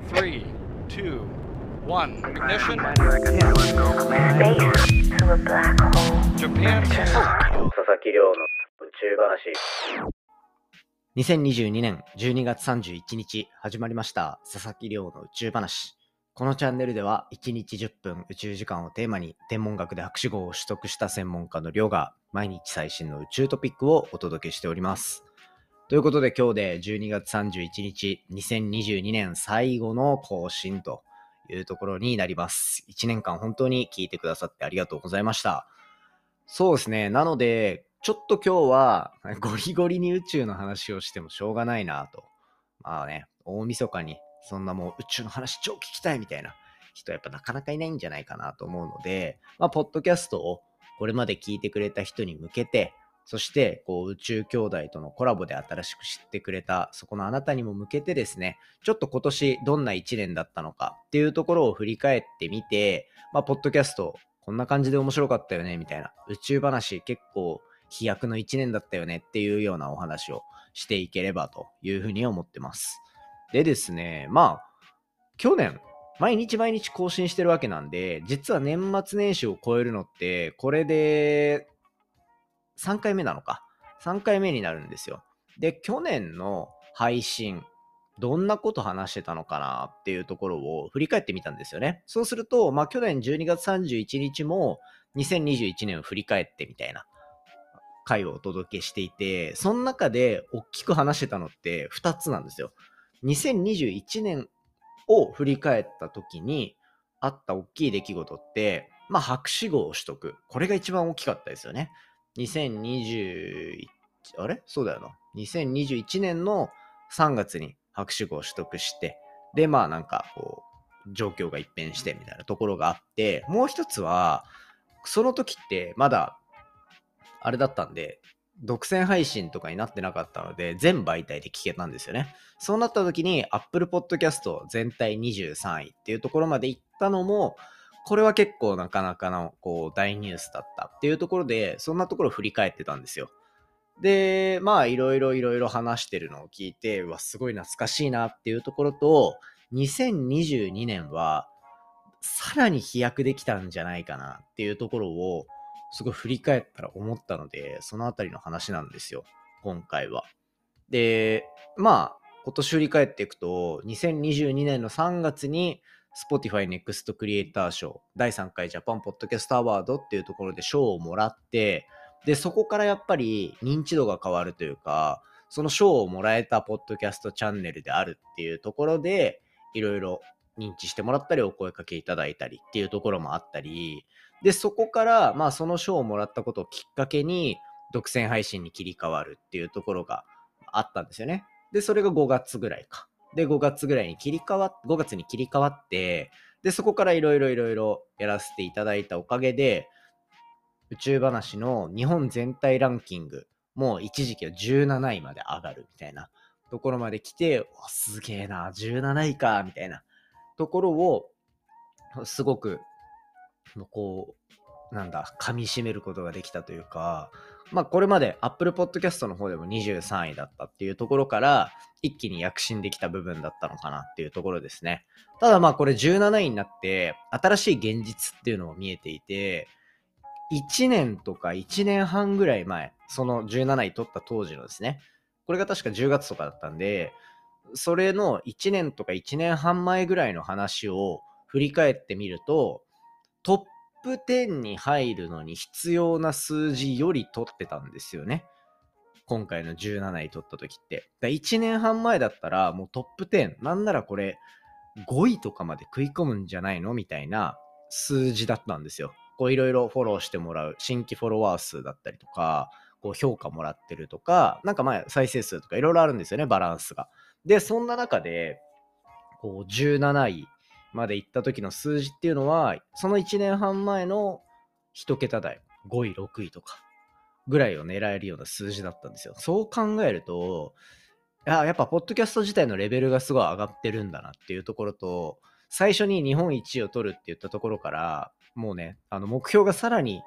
3, 2, 1, ignition. Japan. 佐々木亮の宇宙話。2022年12月31日始まりました佐々木亮の宇宙話。このチャンネルでは1日10分宇宙時間をテーマに天文学で博士号を取得した専門家の亮が毎日最新の宇宙トピックをお届けしております。ということで今日で12月31日2022年最後の更新というところになります。1年間本当に聞いてくださってありがとうございました。そうですね。なのでちょっと今日はゴリゴリに宇宙の話をしてもしょうがないなと。まあね、大晦日にそんなもう宇宙の話超聞きたいみたいな人はやっぱなかなかいないんじゃないかなと思うので、ポッドキャストをこれまで聞いてくれた人に向けて、そして宇宙兄弟とのコラボで新しく知ってくれたそこのあなたにも向けてですね、ちょっと今年どんな1年だったのかっていうところを振り返ってみて、ポッドキャストこんな感じで面白かったよねみたいな、宇宙話結構飛躍の1年だったよねっていうようなお話をしていければというふうに思ってます。でですね、去年毎日更新してるわけなんで、実は年末年始を超えるのってこれで3回目なのか。3回目になるんですよ。で、去年の配信、どんなこと話してたのかなっていうところを振り返ってみたんですよね。そうすると、去年12月31日も2021年を振り返ってみたいな回をお届けしていて、その中で大きく話してたのって2つなんですよ。2021年を振り返った時にあった大きい出来事って、博士号を取得。これが一番大きかったですよね。2021、そうだよな。2021年の3月に博士号を取得して、で、状況が一変してみたいなところがあって、もう一つは、その時ってまだ、あれだったんで、独占配信とかになってなかったので、全媒体で聞けたんですよね。そうなった時に、Apple Podcast 全体23位っていうところまで行ったのも、これは結構なかなかの大ニュースだったっていうところで、そんなところを振り返ってたんですよ。で、いろいろ話してるのを聞いて、うわ、すごい懐かしいなっていうところと、2022年は、さらに飛躍できたんじゃないかなっていうところを、すごい振り返ったら思ったので、そのあたりの話なんですよ、今回は。で、今年振り返っていくと、2022年の3月に Spotify Next Creator 賞第3回ジャパンポッドキャストアワードっていうところで賞をもらって、で、そこからやっぱり認知度が変わるというか、その賞をもらえたポッドキャストチャンネルであるっていうところで、いろいろ認知してもらったりお声かけいただいたりっていうところもあったり、で、そこからその賞をもらったことをきっかけに独占配信に切り替わるっていうところがあったんですよね。で、それが5月ぐらいか。で、5月ぐらいに5月に切り替わって、で、そこからいろいろやらせていただいたおかげで、宇宙話の日本全体ランキングも一時期は17位まで上がるみたいなところまで来て、すげえな、17位か、みたいなところを、すごく、噛み締めることができたというか、これまで Apple Podcast の方でも23位だったっていうところから、一気に躍進できた部分だったのかなっていうところですね。ただこれ17位になって、新しい現実っていうのも見えていて、1年とか1年半ぐらい前、その17位取った当時のですね、これが確か10月とかだったんで、それの1年とか1年半前ぐらいの話を振り返ってみると、トップ10に入るのに必要な数字より取ってたんですよね。今回の17位取った時って。1年半前だったらもうトップ10、なんならこれ5位とかまで食い込むんじゃないのみたいな数字だったんですよ。いろいろフォローしてもらう新規フォロワー数だったりとか、評価もらってるとか、再生数とかいろいろあるんですよね、バランスが。で、そんな中で、17位まで行った時の数字っていうのは、その1年半前の1桁台、5位、6位とかぐらいを狙えるような数字だったんですよ。そう考えると、やっぱポッドキャスト自体のレベルがすごい上がってるんだなっていうところと、最初に日本一を取るって言ったところから、もうね、目標がさらに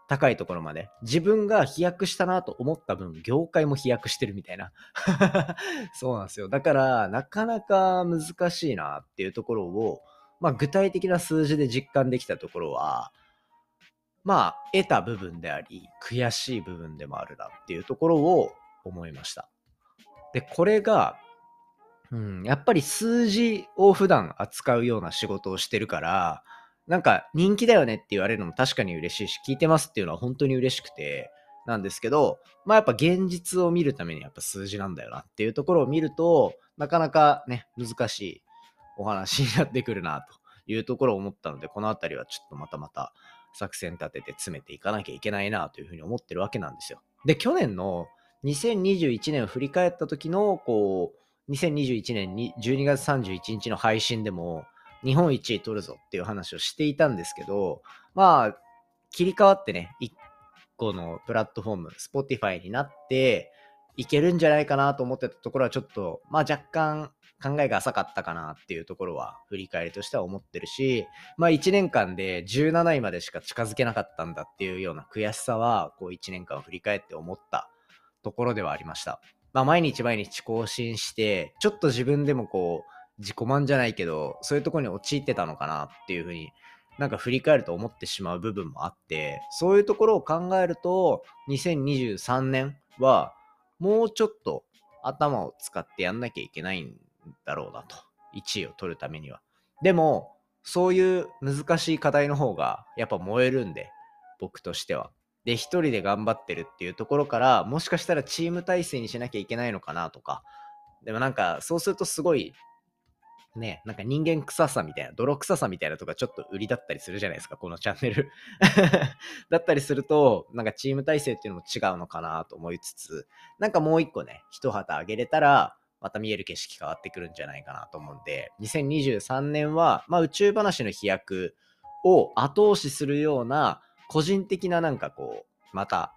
高いところまで。自分が飛躍したなと思った分、業界も飛躍してるみたいな。そうなんですよ。だから、なかなか難しいなっていうところを、具体的な数字で実感できたところは、得た部分であり、悔しい部分でもあるなっていうところを思いました。で、これが、やっぱり数字を普段扱うような仕事をしてるから、なんか人気だよねって言われるのも確かに嬉しいし、聞いてますっていうのは本当に嬉しくて、なんですけど、やっぱ現実を見るためにやっぱ数字なんだよなっていうところを見ると、なかなかね、難しいお話になってくるなというところを思ったので、このあたりはちょっとまた作戦立てて詰めていかなきゃいけないなというふうに思ってるわけなんですよ。で、去年の2021年を振り返った時の、2021年に12月31日の配信でも、日本一位取るぞっていう話をしていたんですけど、切り替わってね、1個のプラットフォーム、Spotify になって、いけるんじゃないかなと思ってたところはちょっと、若干考えが浅かったかなっていうところは振り返りとしては思ってるし、1年間で17位までしか近づけなかったんだっていうような悔しさは、1年間を振り返って思ったところではありました。毎日毎日更新して、ちょっと自分でも自己満じゃないけど、そういうところに陥ってたのかなっていうふうになんか振り返ると思ってしまう部分もあって、そういうところを考えると、2023年はもうちょっと頭を使ってやんなきゃいけないんだろうなと。1位を取るためには。でも、そういう難しい課題の方がやっぱ燃えるんで、僕としては。で、一人で頑張ってるっていうところから、もしかしたらチーム体制にしなきゃいけないのかなとか。でもなんか、そうするとすごいね、なんか人間臭さみたいな、泥臭さみたいなとかちょっと売りだったりするじゃないですか、このチャンネル。だったりすると、なんかチーム体制っていうのも違うのかなと思いつつ、なんかもう一個ね、一旗あげれたら、また見える景色変わってくるんじゃないかなと思うんで、2023年は、宇宙話の飛躍を後押しするような、個人的ななんかまた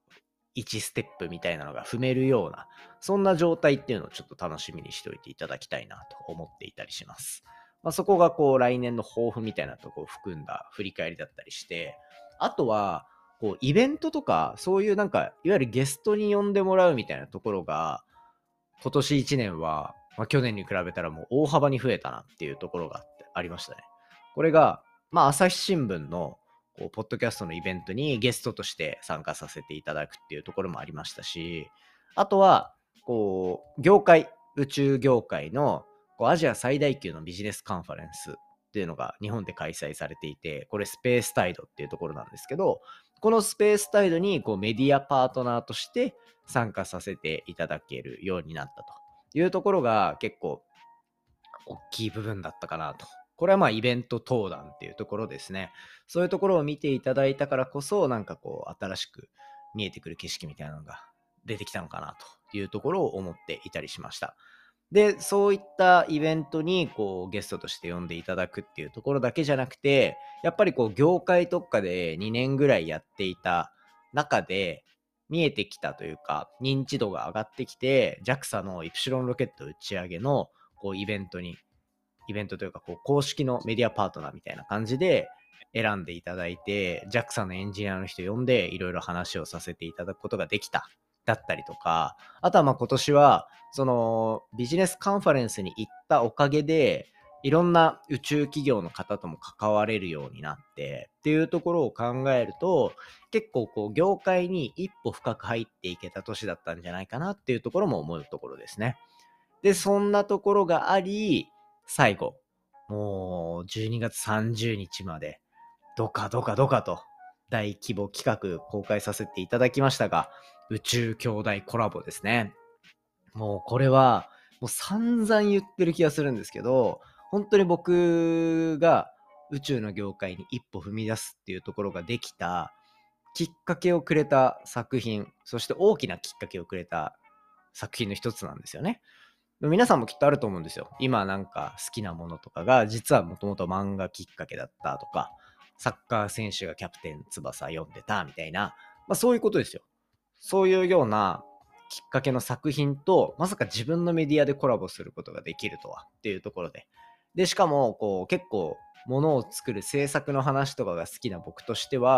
1ステップみたいなのが踏めるような、そんな状態っていうのをちょっと楽しみにしておいていただきたいなと思っていたりします。そこが来年の抱負みたいなところを含んだ振り返りだったりして、あとは、イベントとか、そういうなんか、いわゆるゲストに呼んでもらうみたいなところが、今年1年は、去年に比べたらもう大幅に増えたなっていうところがありましたね。これが、朝日新聞のポッドキャストのイベントにゲストとして参加させていただくっていうところもありましたし、あとは、業界、宇宙業界のアジア最大級のビジネスカンファレンスっていうのが日本で開催されていて、これスペースタイドっていうところなんですけど、このスペースタイドにメディアパートナーとして参加させていただけるようになったというところが結構大きい部分だったかなと。これはイベント登壇っていうところですね。そういうところを見ていただいたからこそ、なんか新しく見えてくる景色みたいなのが出てきたのかなというところを思っていたりしました。で、そういったイベントにゲストとして呼んでいただくっていうところだけじゃなくて、やっぱり業界特化で2年ぐらいやっていた中で見えてきたというか、認知度が上がってきて、JAXA のイプシロンロケット打ち上げのイベントというか公式のメディアパートナーみたいな感じで選んでいただいて、JAXA のエンジニアの人呼んでいろいろ話をさせていただくことができた。だったりとか、あとは今年は、そのビジネスカンファレンスに行ったおかげで、いろんな宇宙企業の方とも関われるようになってっていうところを考えると、結構業界に一歩深く入っていけた年だったんじゃないかなっていうところも思うところですね。で、そんなところがあり、最後、もう12月30日まで、ドカドカと大規模企画公開させていただきましたが、宇宙兄弟コラボですね。もうこれは、もう散々言ってる気がするんですけど、本当に僕が宇宙の業界に一歩踏み出すっていうところができたきっかけをくれた作品、そして大きなきっかけをくれた作品の一つなんですよね。皆さんもきっとあると思うんですよ。今なんか好きなものとかが実はもともと漫画きっかけだったとか、サッカー選手がキャプテン翼読んでたみたいな、そういうことですよ。そういうようなきっかけの作品と、まさか自分のメディアでコラボすることができるとはっていうところで。で、しかも結構物を作る制作の話とかが好きな僕としては、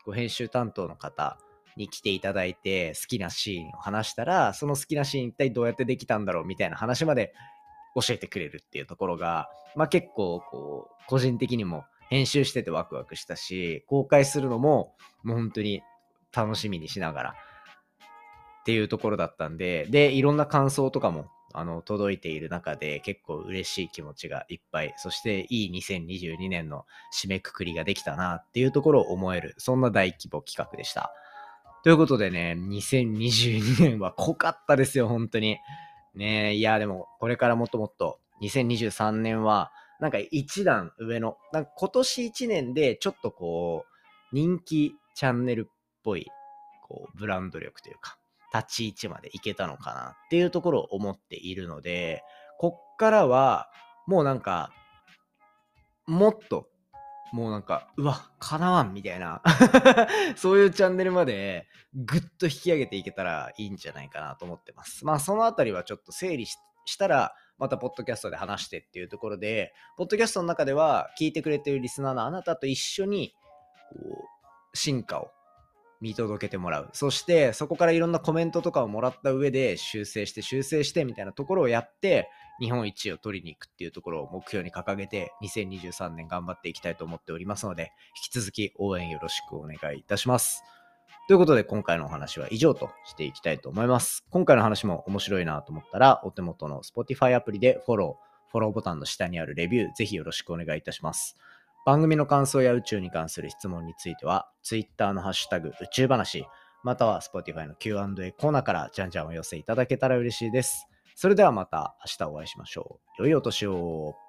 編集担当の方に来ていただいて好きなシーンを話したら、その好きなシーン一体どうやってできたんだろうみたいな話まで教えてくれるっていうところが、結構個人的にも編集しててワクワクしたし、公開するのももう本当に楽しみにしながらっていうところだったんで、いろんな感想とかも届いている中で結構嬉しい気持ちがいっぱい、そしていい2022年の締めくくりができたなっていうところを思える、そんな大規模企画でした。ということでね、2022年は濃かったですよ、本当に。ね、いや、でもこれからもっともっと2023年はなんか一段上の、なんか今年1年でちょっと人気チャンネルっぽいブランド力というか立ち位置までいけたのかなっていうところを思っているので、こっからはもうなんかもっともうなんかうわかなわんみたいなそういうチャンネルまでぐっと引き上げていけたらいいんじゃないかなと思ってます。そのあたりはちょっと整理したらまたポッドキャストで話してっていうところで、ポッドキャストの中では聞いてくれてるリスナーのあなたと一緒に進化を見届けてもらう。そしてそこからいろんなコメントとかをもらった上で修正してみたいなところをやって日本一を取りに行くっていうところを目標に掲げて2023年頑張っていきたいと思っておりますので、引き続き応援よろしくお願いいたします。ということで今回のお話は以上としていきたいと思います。今回の話も面白いなと思ったらお手元の Spotify アプリでフォローボタンの下にあるレビューぜひよろしくお願いいたします。番組の感想や宇宙に関する質問については Twitter のハッシュタグ宇宙話または Spotify の Q&A コーナーからじゃんじゃんお寄せいただけたら嬉しいです。それではまた明日お会いしましょう。良いお年を。